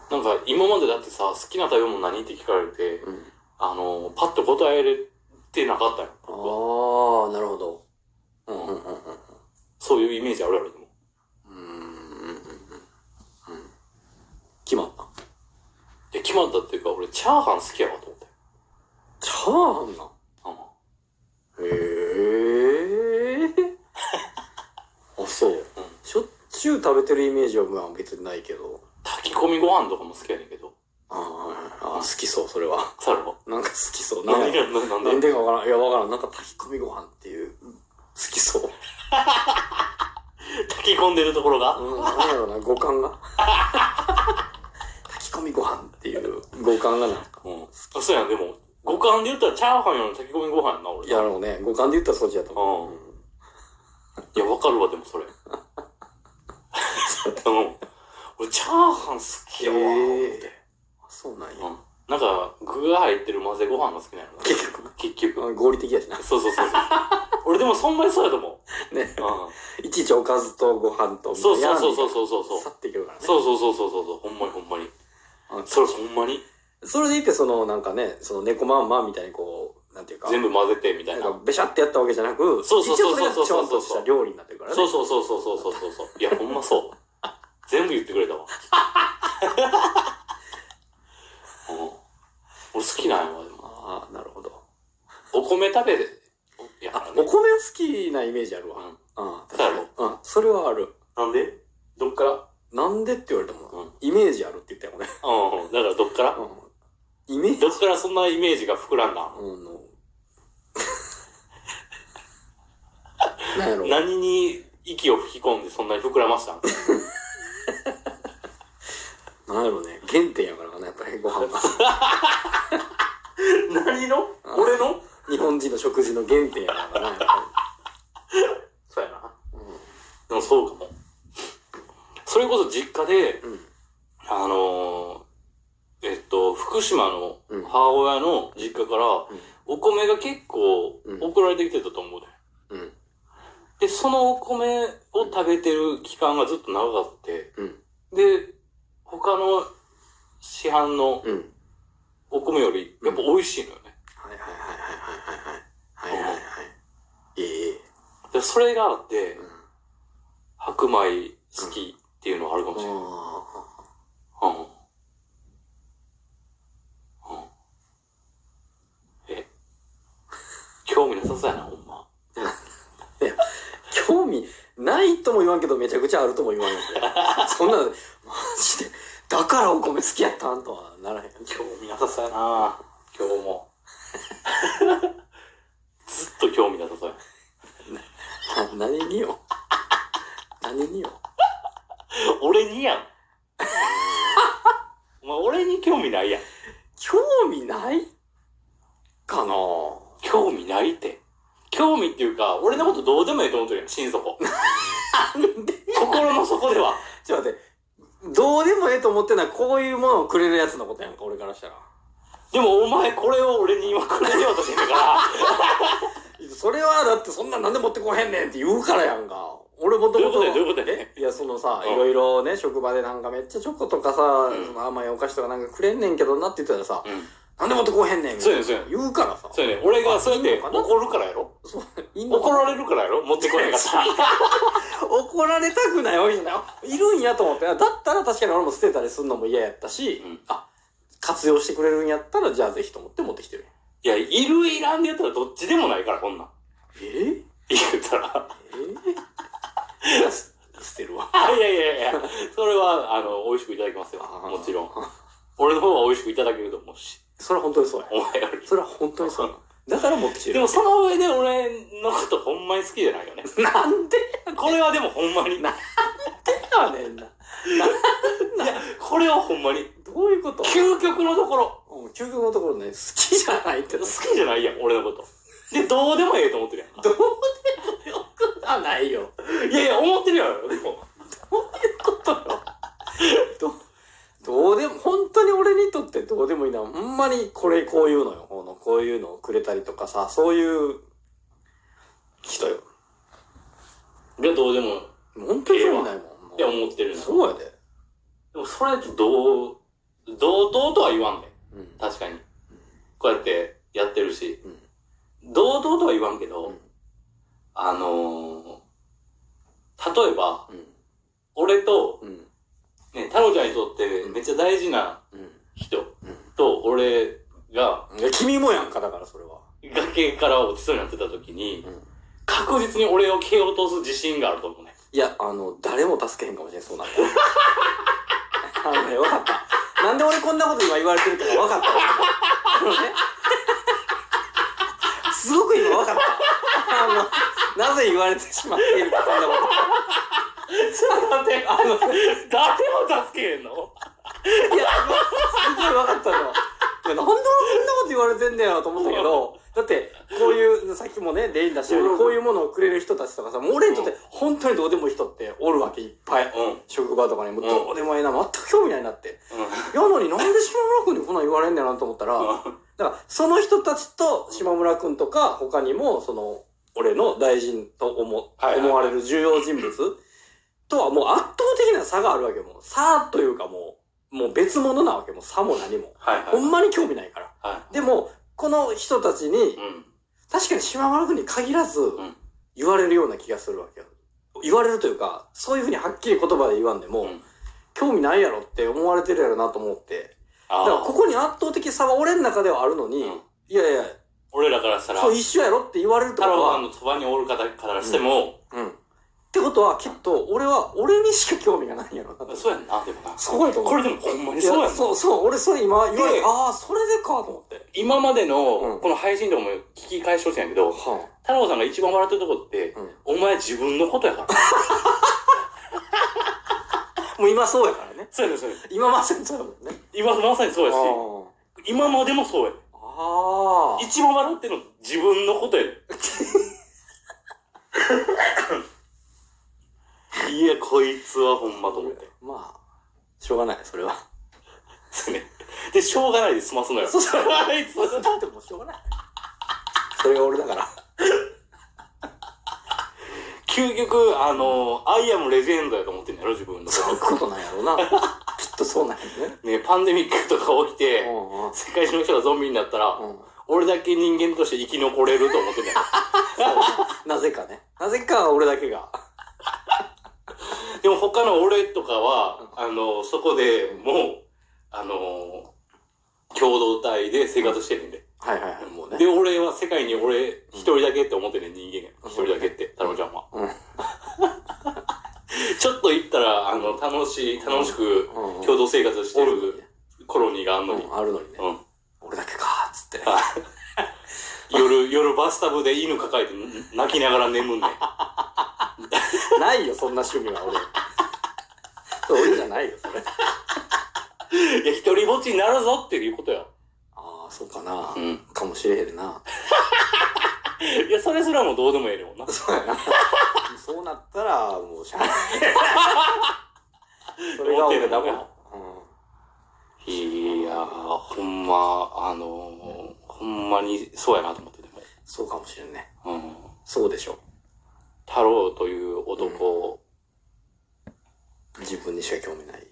なんか今までだってさ、好きな食べ物何って聞かれて、 うん。 パッと答えれてなかったよ。僕はああ、なるほど。うんうんうんうん。 そういうイメージあるやろ、でも。 決まった。 で、決まったっていうか、俺、チャーハン好きやわと思って。 チャーハンな。へえ。あ、そう。しょっちゅう食べてるイメージはまあ別にないけど。 炊き込みご飯とかも好きやねんけど。 好きそう、それは。 そうやろなんか好きそう。 なんでなんでかわからん。いや、わからん。なんか炊き込みご飯っていう、好きそう。 炊き込んでるところがなんやろな、五感が。炊き込みご飯っていう五感がなんか。 そうやん、でも、五感で言ったらチャーハンより炊き込みご飯やんな、俺。 いやろうね。五感で言ったらそっちやと思う。 いや、わかるわ、でもそれ。俺、チャーハン好きやわ、 そうなんや。 なんか、具が入ってる混ぜご飯が好きなの。結局。 合理的やしな。 そう。俺でもそんなにそうやと思う。 ね。いちいちおかずとご飯と。 そう。 さっていけるからね。 そう。ほんまに。それほんまに。 それでいて、なんかね、猫まんまみたいにこう、なんていうか。 全部混ぜてみたいな。 べしゃってやったわけじゃなく、 そう。 一応それがちゃんとした料理になってるからね。 そう。いや、ほんまそう。全部言ってくれたわ。俺好きなんやわ、でも。 ああ、なるほど。 お米食べる。 お米好きなイメージあるわ。 そうやろ。 それはある。 なんでどっからなんでって言われても、イメージあるって言ったよね。 だからどっからイメージどっからそんなイメージが膨らんだなんやろ。 何に息を吹き込んでそんなに膨らましたんなんやろね。原点やからかな、やっぱりご飯が。 何の俺の日本人の食事の原点やからな、やっぱり。 そうやな。でもそうかも。それこそ実家で、福島の母親の実家から、お米が結構送られてきてたと思うで。で、そのお米を食べてる期間がずっと長かって、で、他の市販のお米よりやっぱ美味しいのよね。で、それがあって、白米好きっていうのはあるかもしれない。興味なさそうやな、ほんま。 いや、興味ないとも言わんけど、めちゃくちゃあるとも言わんよ。そんな、マジで、だからお米好きやったんとはならへん。 興味なさそうやな、今日も。ずっと興味なさそうや。 何によ。 俺にやん。お前俺に興味ないやん。 興味ないかな。 興味ないって。興味っていうか、俺のことどうでもいいと思ってるやん、心底。 なんで心の底では。 ちょっと待って。どうでもええと思ってんのはこういうものをくれるやつのことやんか、俺からしたら。 でもお前これを俺に今くれようとしてんだから。 それはだってそんななんで持ってこへんねんって言うからやんか。俺もともと。 どういうことやいや、いろいろね、職場でなんかめっちゃチョコとかさ、甘いお菓子とかなんかくれんねんけどなって言ったらさ、なんで持ってこへんねんみたいな。言うからさ。 そうやね。俺がそうやって怒るからやろ。怒られるからやろ持ってこへんかったら。 怒られたくないわけじゃない。いるんやと思って。だったら確かに俺も捨てたりするのも嫌やったし、活用してくれるんやったら、じゃあぜひと思って持ってきてる。 いや、いるいらんでやったらどっちでもないから、こんなん。言ったら。 捨てるわ。 いや。それは、美味しくいただきますよ。もちろん。俺の方は美味しくいただけると思うし。 それは本当にそうや。 お前より。 それは本当にそう。だから持ってきてる。 でもその上で俺のことほんまに好きじゃないよね。 なんでこれはでもほんまに。 なんでやねんな。 いや、これはほんまに。 どういうこと？ 究極のところ。 究極のところね、好きじゃないって。 好きじゃないやん、俺のこと。で、どうでもええと思ってるやん。 どうでもよくはないよ。 いや、思ってるやろ、でも。 どういうことよ。どうでも、本当に俺にとってどうでもいいな。ほんまにこういうのよ。こういうのをくれたりとかさ、そういう人よ。 いや、どうでも。 本当に興味ないもん。 いや、思ってるな。 そうやで。 でも、それってどう同等とは言わんね。 うん。 確かに。こうやってやってるし。同等とは言わんけど、例えば、俺と、ね、太郎ちゃんにとってめっちゃ大事な人と俺が、 いや、君もやんか、だからそれは。 崖から落ちそうになってた時に、確実に俺を蹴落とす自信があると思うね。 いや、誰も助けへんかもしれん、そうなったら。分かった。なんで俺こんなこと今言われてるか分かったわ。すごく今分かった。なぜ言われてしまっているか、こんなこと。 ちょっと待って、誰も助けへんの？ いや、すごい分かったの。いや、なんで俺こんなこと言われてんだよと思ったけど、だって、こういう、さっきもね、例に出したように、こういうものをくれる人たちとかさ、もう俺にとって本当にどうでもいい人っておるわけいっぱい。職場とかにもどうでもいいな、全く興味ないなって。やのになんで島村くんにこんなん言われんねんなと思ったら、だからその人たちと島村くんとか、他にも、俺の大臣と思われる重要人物とはもう圧倒的な差があるわけもう。差というかもう別物なわけも差も何も。ほんまに興味ないから。でも、この人たちに、確かに島村くんに限らず、言われるような気がするわけよ。言われるというか、そういうふうにはっきり言葉で言わんでも、興味ないやろって思われてるやろなと思って。だからここに圧倒的差は俺の中ではあるのに、いやいや、 俺らからしたら、 そう一緒やろって言われるってことは、 太郎さんのそばにおる方からしても、 ってことは、きっと、俺にしか興味がないんやろな。 そうやんな、でもな。 そうやと思う。 これでもほんまにそうやんな。 そう、俺それ今言われて、ああ、それでかと思って。 今までの、この配信とかも聞き返してほしいんやけど、太郎さんが一番笑ってるとこって、お前自分のことやから。 もう今そうやからね。 そうやね、そうやね。 今まさにそうやもんね。 今まさにそうやし、今までもそうや。一番笑ってるの自分のことや。いや、こいつはほんまと思って。 まあ、しょうがない、それは。 そうね。で、しょうがないで済ますのよ。 そうそう。あいつ。だってもうしょうがない。それが俺だから。 究極、アイアムレジェンドやと思ってんやろ、自分の。 そういうことなんやろうな。きっとそうなんやね。 ね、パンデミックとか起きて、世界中の人がゾンビになったら、俺だけ人間として生き残れると思ってんやろ。なぜかね。なぜか俺だけが。 でも他の俺とかは、そこでもう、共同体で生活してるんで。 はいはいはい、もうね。 で、俺は世界に俺一人だけって思ってるね、人間が。一人だけって、太郎ちゃんは。ちょっと行ったら、楽しく共同生活してるコロニーがあるのに。 あるのにね。俺だけかーっつって。 夜バスタブで犬抱えて泣きながら眠んねん。 ないよ、そんな趣味は俺。俺じゃないよ、それ。 いや、一人ぼっちになるぞっていうことよ。 ああ、そうかな。かもしれへんな。 いや、それすらもどうでもええねんもんな。 そうやな。そうなったら、もうしゃあない。それが俺だもん。 いやー、ほんま、ほんまにそうやなと思ってても。 そうかもしれんね。そうでしょ。 太郎という男、 自分にしか興味ない。